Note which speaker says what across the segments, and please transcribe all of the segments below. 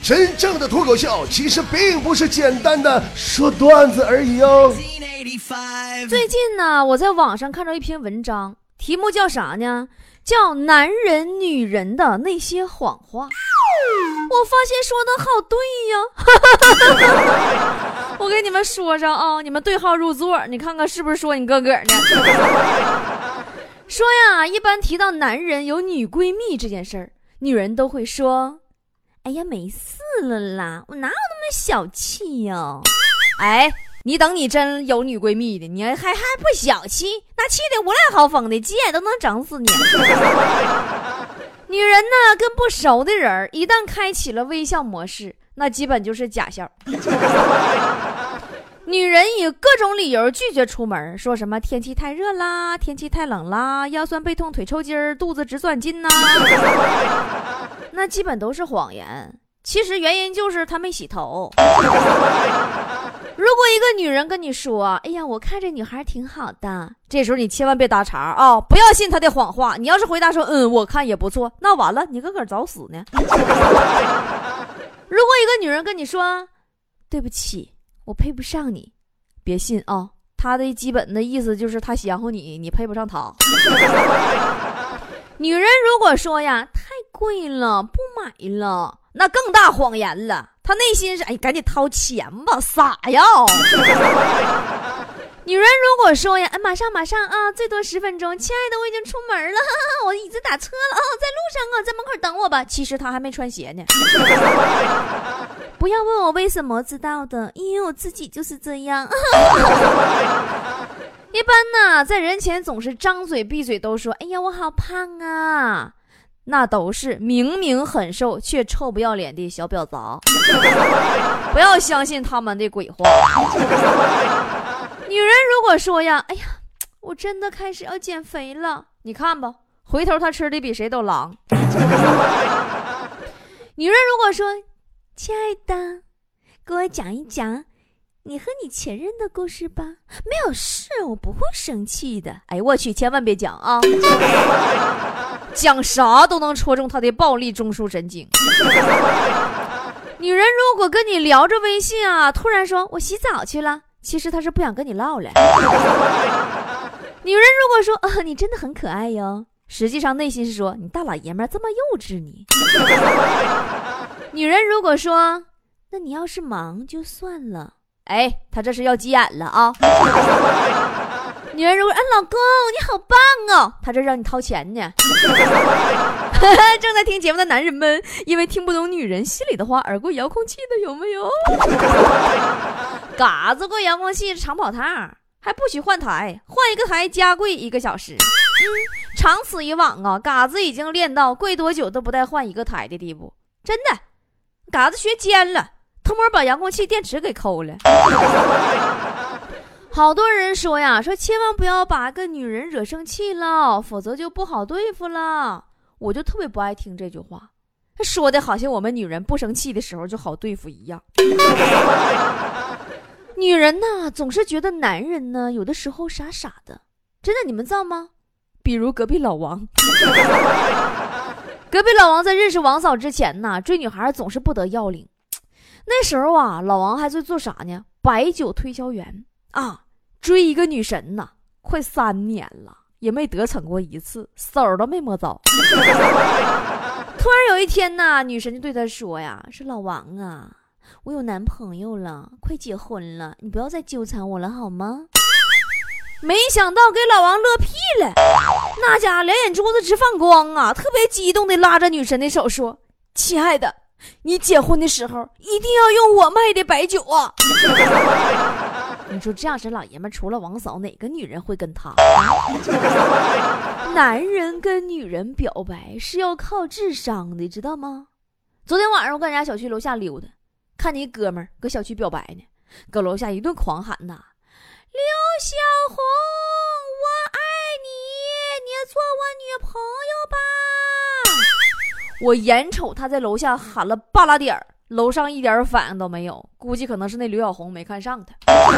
Speaker 1: 真正的脱口秀其实并不是简单的说段子而已哦。
Speaker 2: 最近呢，我在网上看到一篇文章，题目叫啥呢？叫男人女人的那些谎话。我发现说的好对呀。我给你们说上啊，你们对号入座，你看看是不是说你哥哥呢？说呀，一般提到男人有女闺蜜这件事儿，女人都会说，哎呀没事了啦，我哪有那么小气呀？哎，你等你真有女闺蜜的，你还不小气，那气得无赖好风的，鸡眼都能整死你。女人呢，跟不熟的人一旦开启了微笑模式，那基本就是假笑。女人以各种理由拒绝出门，说什么天气太热啦，天气太冷啦，腰酸背痛腿抽筋，肚子直转筋呐。那基本都是谎言，其实原因就是她没洗头。如果一个女人跟你说，哎呀我看这女孩挺好的，这时候你千万别搭茬啊，不要信她的谎话。你要是回答说我看也不错，那完了你个早死呢。如果一个女人跟你说，对不起我配不上你，别信啊，她的基本的意思就是她喜欢你，你配不上她。女人如果说呀太贵了不买了，那更大谎言了，她内心是哎赶紧掏钱吧，傻呀。女人如果说呀马上啊，最多10分钟，亲爱的我已经出门了，我已经打车了在路上啊，在门口等我吧，其实她还没穿鞋呢。不要问我为什么知道的，因为我自己就是这样。一般呢，在人前总是张嘴闭嘴都说，哎呀我好胖啊，那都是明明很瘦却臭不要脸的小婊砸。不要相信他们的鬼话。女人如果说呀，哎呀我真的开始要减肥了，你看吧，回头她吃的比谁都狼。女人如果说，亲爱的给我讲一讲你和你前任的故事吧，没有事，我不会生气的。哎我去，千万别讲啊，讲啥都能戳中他的暴力中枢神经。女人如果跟你聊着微信啊，突然说我洗澡去了，其实她是不想跟你唠了。女人如果说你真的很可爱哟，实际上内心是说你大老爷们这么幼稚你。女人如果说那你要是忙就算了，哎她这是要急眼了啊。女人如果老公你好棒哦，她这让你掏钱呢。正在听节目的男人们，因为听不懂女人心里的话而过遥控器的有没有？嘎子过遥控器长跑趟，还不许换台，换一个台加贵1个小时。长此以往啊，嘎子已经练到贵多久都不带换一个台的地步，真的。嘎子学尖了，偷摸把遥控器电池给抠了。好多人说呀，说千万不要把个女人惹生气了，否则就不好对付了。我就特别不爱听这句话，说的好像我们女人不生气的时候就好对付一样。女人呢，总是觉得男人呢有的时候傻傻的，真的，你们知道吗？比如隔壁老王。隔壁老王在认识王嫂之前呢，追女孩总是不得要领。那时候啊，老王还在做啥呢？白酒推销员啊，追一个女神呢，快3年了，也没得逞过一次，手都没摸着。突然有一天呢，女神就对他说呀，说老王啊，我有男朋友了，快结婚了，你不要再纠缠我了好吗？没想到给老王乐屁了，那家两眼珠子直放光啊，特别激动地拉着女神的手说，亲爱的，你结婚的时候一定要用我卖的白酒啊。你说这样式老爷们除了王嫂哪个女人会跟他？男人跟女人表白是要靠智商的，知道吗？昨天晚上我搁人家小区楼下溜达，看见一哥们儿搁小区表白呢，搁楼下一顿狂喊呐，刘小红我爱你，你做我女朋友吧。我眼瞅他在楼下喊了半拉点儿，楼上一点反应都没有，估计可能是那刘小红没看上他。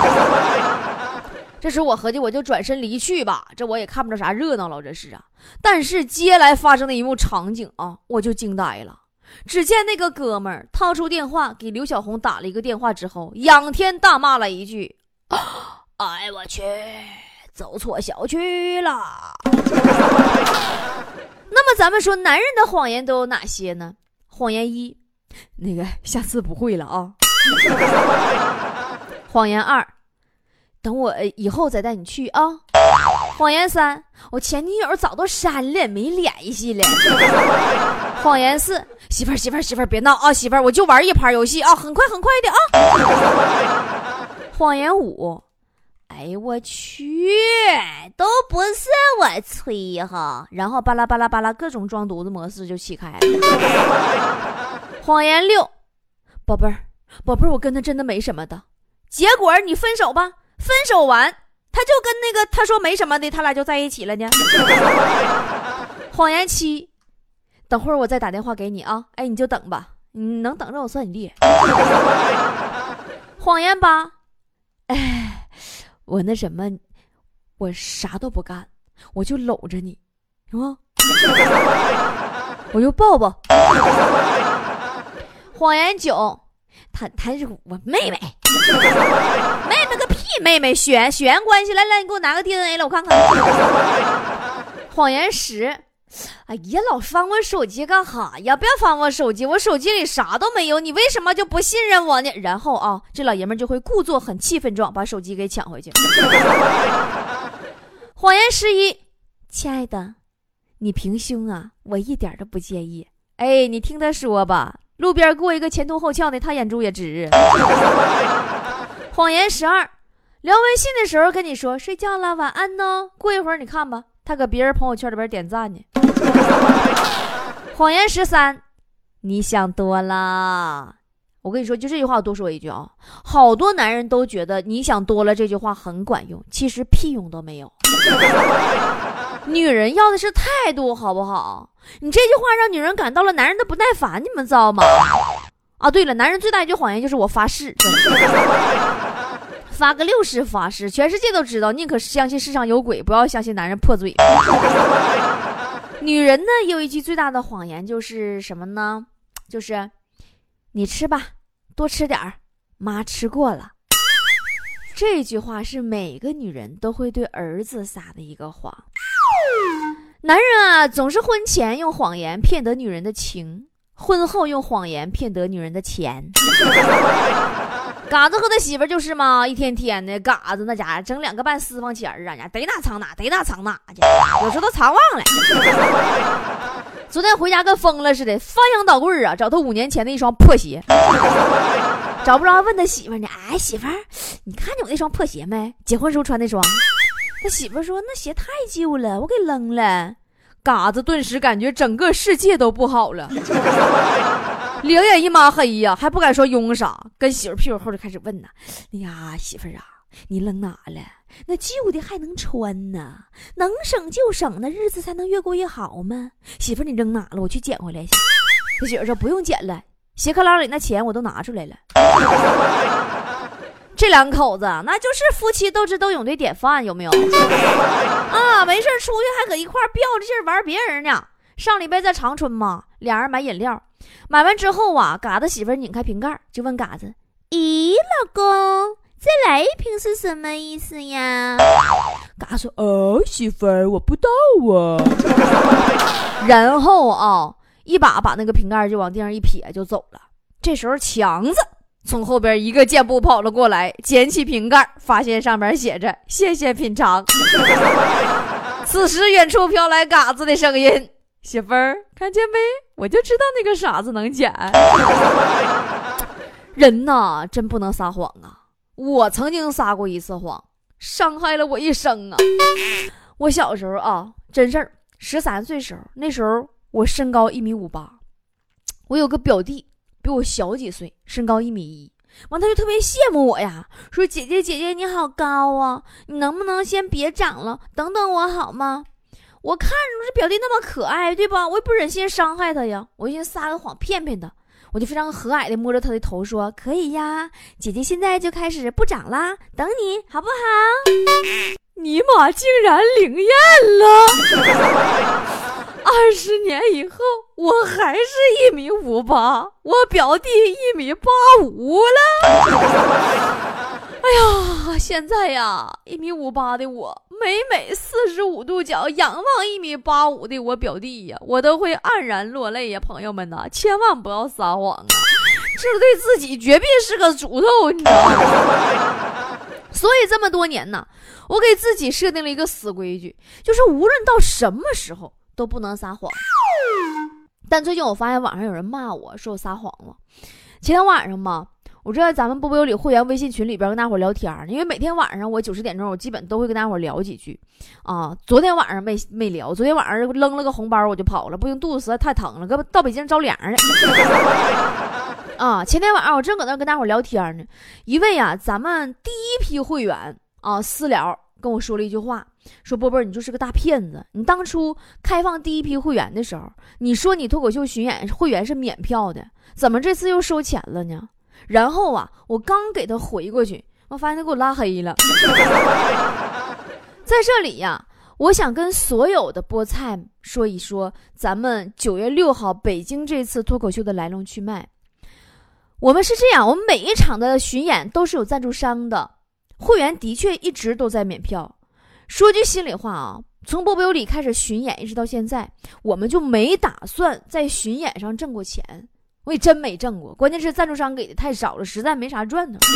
Speaker 2: 这时我合计我就转身离去吧，这我也看不着啥热闹了，这是啊。但是接来发生的一幕场景啊，我就惊呆了。 只见那个哥们儿掏出电话给刘小红打了一个电话之后，仰天大骂了一句：哎我去，走错小区了。那么咱们说男人的谎言都有哪些呢？谎言一，那个下次不会了啊。谎言二，等我以后再带你去啊。谎言三，我前女友早都删了，没联系了。谎言四，媳妇儿别闹啊，媳妇儿我就玩一盘游戏啊，很快的啊。谎言五，哎我去，都不是我吹哈，然后巴拉巴拉巴拉各种装犊子模式就起开了。谎言六，宝贝儿，我跟他真的没什么的，结果你分手吧，分手完他就跟那个他说没什么的，他俩就在一起了呢。谎言七，等会儿我再打电话给你啊，哎你就等吧，你能等着我算你厉害。谎言八，哎我那什么，我啥都不干，我就搂着你啊，我就抱抱。谎言九，她是我妹妹。妹妹个屁，妹妹血缘关系，来你给我拿个 DNA 来我看看。谎言10，哎呀老翻我手机干哈呀，不要翻我手机，我手机里啥都没有，你为什么就不信任我呢？然后啊，这老爷们就会故作很气愤状把手机给抢回去。谎言11，亲爱的你平胸啊，我一点都不介意，哎你听他说吧，路边过一个前凸后翘的，他眼珠也直。谎言12，聊微信的时候跟你说睡觉了晚安呢，过一会儿你看吧，他搁别人朋友圈里边点赞呢。谎言13，你想多了。我跟你说就这句话我多说一句啊，好多男人都觉得你想多了这句话很管用，其实屁用都没有。女人要的是态度好不好？你这句话让女人感到了男人的不耐烦，你们知道吗？啊对了，男人最大一句谎言就是我发誓，发个60发誓，全世界都知道，宁可相信世上有鬼，不要相信男人破嘴。女人呢有一句最大的谎言就是什么呢？就是你吃吧，多吃点儿，妈吃过了。这句话是每个女人都会对儿子撒的一个谎。男人啊，总是婚前用谎言骗得女人的情，婚后用谎言骗得女人的钱。嘎子和他媳妇就是嘛，一天天的，嘎子那家伙整2个半私房钱啊，家逮哪藏哪，逮哪藏哪，有时候都藏忘了。昨天回家跟疯了似的，翻箱倒柜啊，找他5年前的一双破鞋，找不着，问他媳妇呢，哎媳妇儿，你看见我那双破鞋没？结婚时候穿那双。他媳妇说那鞋太旧了，我给扔了。嘎子顿时感觉整个世界都不好了。脸也一抹黑呀，还不敢说用啥，跟媳妇屁股后就开始问呢。哎呀，媳妇啊，你扔哪了？那旧的还能穿呢，能省就省，那日子才能越过越好吗？媳妇你扔哪了？我去捡回来去。他媳妇说不用捡了，鞋壳囊里那钱我都拿出来了。这两口子那就是夫妻斗智斗勇的典范，有没有？啊，没事出去还搁一块吊着劲儿玩别人呢。上礼拜在长春嘛，俩人买饮料，买完之后啊，嘎子媳妇拧开瓶盖就问嘎子：咦，老公，再来一瓶是什么意思呀？嘎子说：媳妇儿，我不知道啊。然后啊，一把那个瓶盖就往地上一撇就走了。这时候强子从后边一个箭步跑了过来，捡起瓶盖，发现上面写着谢谢品尝。此时远处飘来嘎子的声音：媳妇儿，看见没？我就知道那个傻子能捡。人呐，真不能撒谎啊！我曾经撒过一次谎，伤害了我一生啊！我小时候啊，真事儿，13岁时候，那时候我身高1.58米，我有个表弟比我小几岁，身高1.1米，完他就特别羡慕我呀，说姐姐你好高啊，你能不能先别长了，等等我好吗？我看着这表弟那么可爱，对吧？我也不忍心伤害他呀，我就先撒个谎骗骗他。我就非常和蔼的摸着他的头说：可以呀，姐姐现在就开始不长啦，等你好不好？尼玛竟然灵验了！ 20年以后，我还是1.58米，我表弟1.85米了。哎呀，现在呀，1.58米的我，每45度角仰望1.85米的我表弟呀，我都会黯然落泪呀。朋友们呐，千万不要撒谎啊，这对自己绝壁是个诅咒，你知道吗？所以这么多年呢，我给自己设定了一个死规矩，就是无论到什么时候都不能撒谎。但最近我发现网上有人骂我说我撒谎了。前天晚上嘛，我在咱们波波有理会员微信群里边跟大伙聊天呢，因为每天晚上我90点钟我基本都会跟大伙聊几句啊。昨天晚上没聊，昨天晚上扔了个红包我就跑了，不行，肚子实在太疼了，到北京着凉了。啊，前天晚上我正搁那跟大伙聊天呢，一位啊咱们第一批会员啊私聊跟我说了一句话，说波波你就是个大骗子，你当初开放第一批会员的时候，你说你脱口秀巡演会员是免票的，怎么这次又收钱了呢？然后啊我刚给他回过去，我发现他给我拉黑了。在这里呀，我想跟所有的菠菜说一说咱们9月6号北京这次脱口秀的来龙去脉。我们是这样，我们每一场的巡演都是有赞助商的，会员的确一直都在免票。说句心里话啊，从波波有理开始巡演一直到现在，我们就没打算在巡演上挣过钱，我也真没挣过，关键是赞助商给的太少了，实在没啥赚头。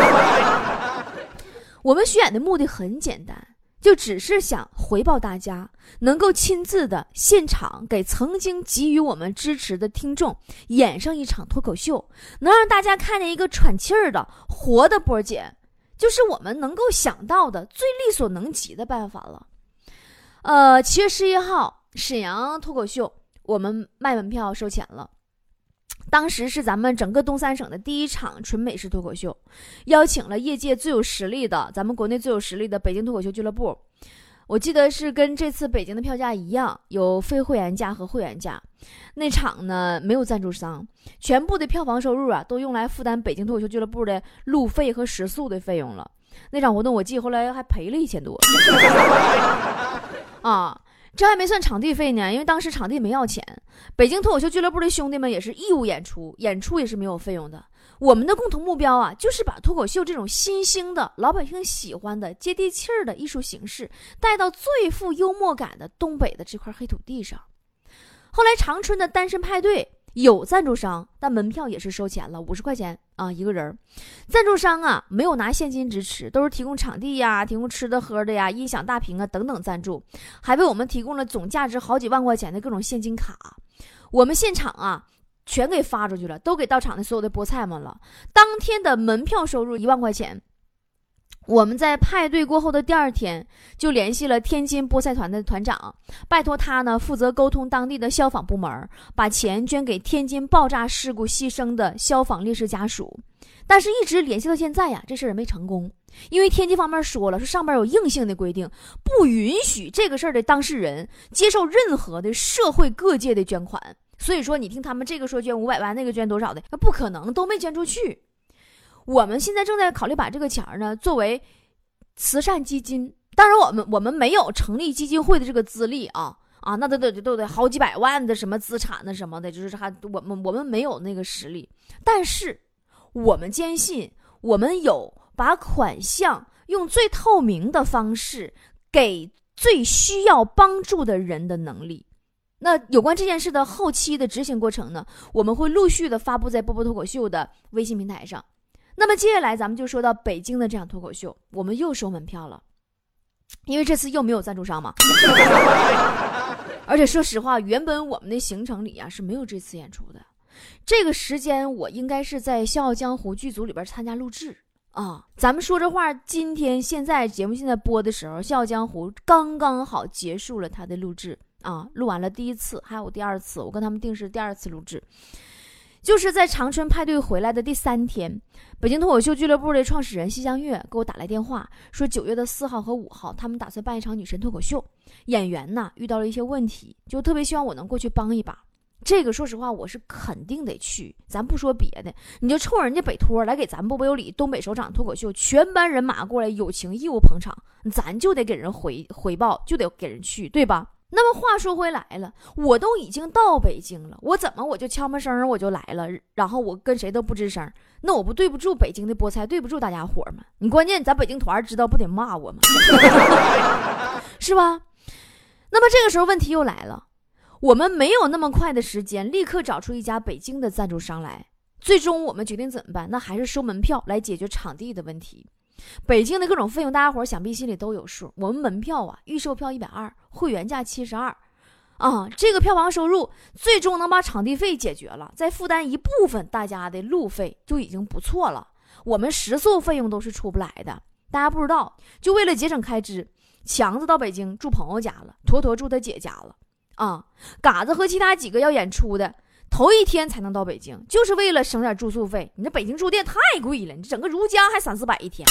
Speaker 2: 我们巡演的目的很简单，就只是想回报大家，能够亲自的现场给曾经给予我们支持的听众演上一场脱口秀，能让大家看见一个喘气儿的活的波姐，就是我们能够想到的最力所能及的办法了。7月11号沈阳脱口秀我们卖门票收钱了，当时是咱们整个东三省的第一场纯美式脱口秀，邀请了业界最有实力的，咱们国内最有实力的北京脱口秀俱乐部。我记得是跟这次北京的票价一样，有非会员价和会员价。那场呢没有赞助商，全部的票房收入啊都用来负担北京脱口秀俱乐部的路费和食宿的费用了。那场活动我记得后来还赔了1000多。啊，这还没算场地费呢，因为当时场地没要钱。北京脱口秀俱乐部的兄弟们也是义务演出，演出也是没有费用的。我们的共同目标啊，就是把脱口秀这种新兴的老百姓喜欢的接地气儿的艺术形式带到最富幽默感的东北的这块黑土地上。后来长春的单身派对有赞助商，但门票也是收钱了，50块钱啊一个人。赞助商啊没有拿现金支持，都是提供场地呀、提供吃的喝的呀、音响大屏啊等等赞助，还为我们提供了总价值好几万块钱的各种现金卡。我们现场啊全给发出去了，都给到场的所有的菠菜们了。当天的门票收入1万块钱。我们在派对过后的第2天就联系了天津菠菜团的团长，拜托他呢负责沟通当地的消防部门，把钱捐给天津爆炸事故牺牲的消防烈士家属。但是一直联系到现在呀，这事儿也没成功，因为天津方面说了，说上面有硬性的规定，不允许这个事儿的当事人接受任何的社会各界的捐款。所以说你听他们这个说捐500万，那个捐多少的，那不可能，都没捐出去。我们现在正在考虑把这个钱呢作为慈善基金，当然我们没有成立基金会的这个资历啊，那都得好几百万的什么资产的什么的，就是我们没有那个实力，但是我们坚信我们有把款项用最透明的方式给最需要帮助的人的能力。那有关这件事的后期的执行过程呢，我们会陆续的发布在波波脱口秀的微信平台上。那么接下来咱们就说到北京的这场脱口秀，我们又收门票了，因为这次又没有赞助商嘛。而且说实话，原本我们的行程里啊是没有这次演出的。这个时间我应该是在《笑傲江湖》剧组里边参加录制啊。咱们说这话，现在节目现在播的时候，《笑傲江湖》刚刚好结束了它的录制啊，录完了第1次，还有第2次，我跟他们定是第2次录制。就是在长春派对回来的第3天，北京脱口秀俱乐部的创始人西江月给我打来电话，说9月4号和5号他们打算办一场女神脱口秀，演员呢遇到了一些问题，就特别希望我能过去帮一把。这个说实话我是肯定得去，咱不说别的，你就冲人家北托来给咱波波有理东北首长脱口秀全班人马过来友情义务捧场，咱就得给人回报，就得给人去，对吧？ 那么话说回来了，我都已经到北京了，我怎么我就悄没声我就来了，然后我跟谁都不吱声，那我不对不住北京的菠菜，对不住大家伙吗？你关键咱北京团知道不得骂我吗？是吧？那么这个时候问题又来了，我们没有那么快的时间立刻找出一家北京的赞助商来，最终我们决定怎么办？那还是收门票来解决场地的问题。北京的各种费用大家伙想必心里都有数，我们门票啊，预售票120，会员价72啊，这个票房收入最终能把场地费解决了，再负担一部分大家的路费就已经不错了，我们食宿费用都是出不来的。大家不知道，就为了节省开支，强子到北京住朋友家了，坨坨住他姐家了啊，嘎子和其他几个要演出的头一天才能到北京，就是为了省点住宿费。你这北京住店太贵了，你整个如家还300-400一天。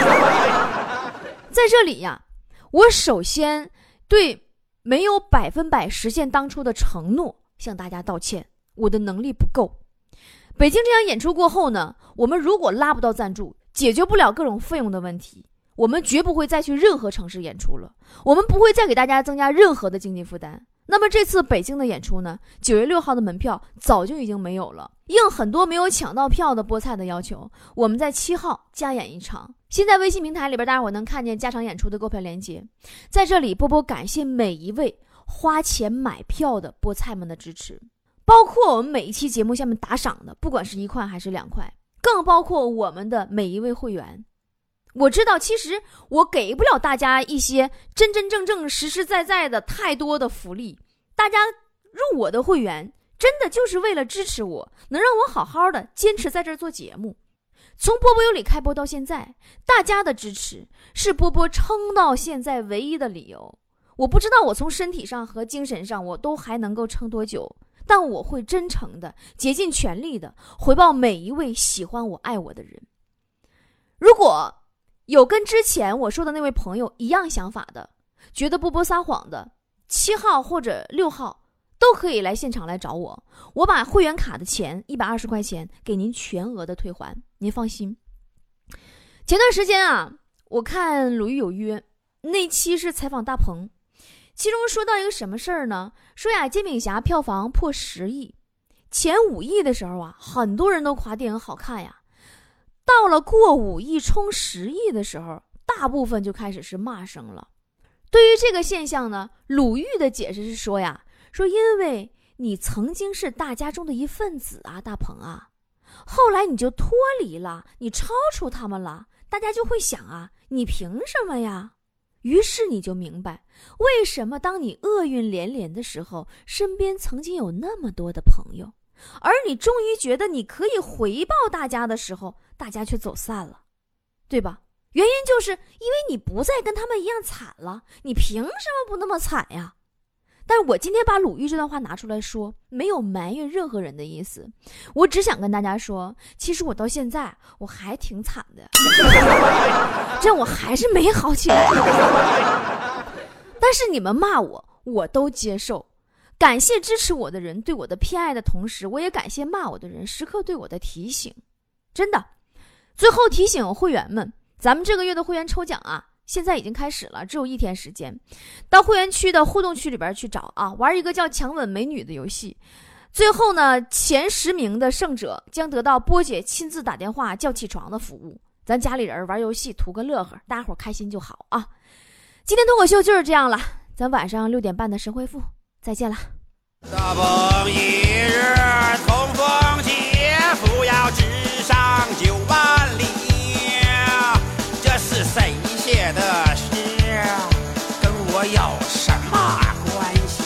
Speaker 2: 在这里呀，我首先对没有100%实现当初的承诺向大家道歉，我的能力不够。北京这场演出过后呢，我们如果拉不到赞助，解决不了各种费用的问题，我们绝不会再去任何城市演出了，我们不会再给大家增加任何的经济负担。那么这次北京的演出呢，9月6号的门票早就已经没有了，应很多没有抢到票的菠菜的要求，我们在7号加演一场。现在微信平台里边大家伙能看见加场演出的购票链接，在这里波波感谢每一位花钱买票的菠菜们的支持，包括我们每一期节目下面打赏的，不管是1块还是2块，更包括我们的每一位会员。我知道其实我给不了大家一些真真正正实实在在的太多的福利，大家入我的会员真的就是为了支持我，能让我好好的坚持在这儿做节目。从波波有理开播到现在，大家的支持是波波撑到现在唯一的理由。我不知道我从身体上和精神上我都还能够撑多久，但我会真诚的竭尽全力的回报每一位喜欢我爱我的人。如果有跟之前我说的那位朋友一样想法的，觉得波波撒谎的，7号或者6号都可以来现场来找我，我把会员卡的钱120块钱给您全额的退还，您放心。前段时间啊，我看鲁豫有约那期是采访大鹏，其中说到一个什么事儿呢？说呀，煎饼侠票房破10亿，前5亿的时候啊，很多人都夸电影好看呀。到了过5亿冲10亿的时候，大部分就开始是骂声了。对于这个现象呢，鲁豫的解释是说呀，说因为你曾经是大家中的一份子啊，大鹏啊，后来你就脱离了，你超出他们了，大家就会想啊，你凭什么呀？于是你就明白，为什么当你厄运连连的时候，身边曾经有那么多的朋友，而你终于觉得你可以回报大家的时候，大家却走散了，对吧？原因就是因为你不再跟他们一样惨了，你凭什么不那么惨呀？但是我今天把鲁豫这段话拿出来说，没有埋怨任何人的意思，我只想跟大家说，其实我到现在我还挺惨的，这我还是没好起来。但是你们骂我，我都接受。感谢支持我的人对我的偏爱的同时，我也感谢骂我的人时刻对我的提醒。真的，最后提醒会员们，咱们这个月的会员抽奖啊，现在已经开始了，只有1天时间，到会员区的互动区里边去找啊，玩一个叫强吻美女的游戏。最后呢，前10名的胜者将得到波姐亲自打电话叫起床的服务。咱家里人玩游戏图个乐呵，大家伙开心就好啊。今天脱口秀就是这样了，咱晚上6点半的神回复再见了。
Speaker 3: 大鹏一日同风劫，扶摇直上9万里，这是谁写的诗？跟我有什么关系？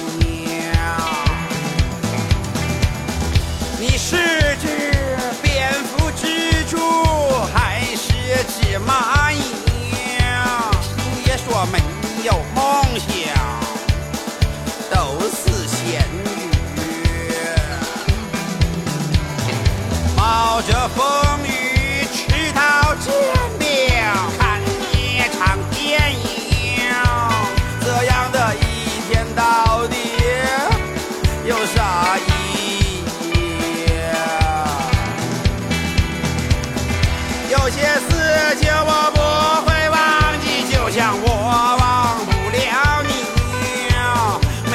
Speaker 3: 你是只蝙蝠蜘蛛还是只蚂蚁？别说没有梦想，都是咸鱼。冒着风雨吃到煎饼，看一场电影，这样的一天到底有啥意义？有些事情我不会忘记，就像我忘不了你。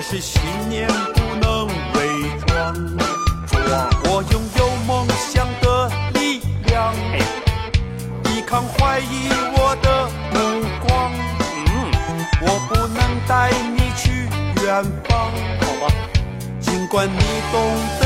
Speaker 3: 是信念不能伪装。我拥有梦想的力量，抵抗怀疑我的目光。我不能带你去远方，好吧，尽管你懂得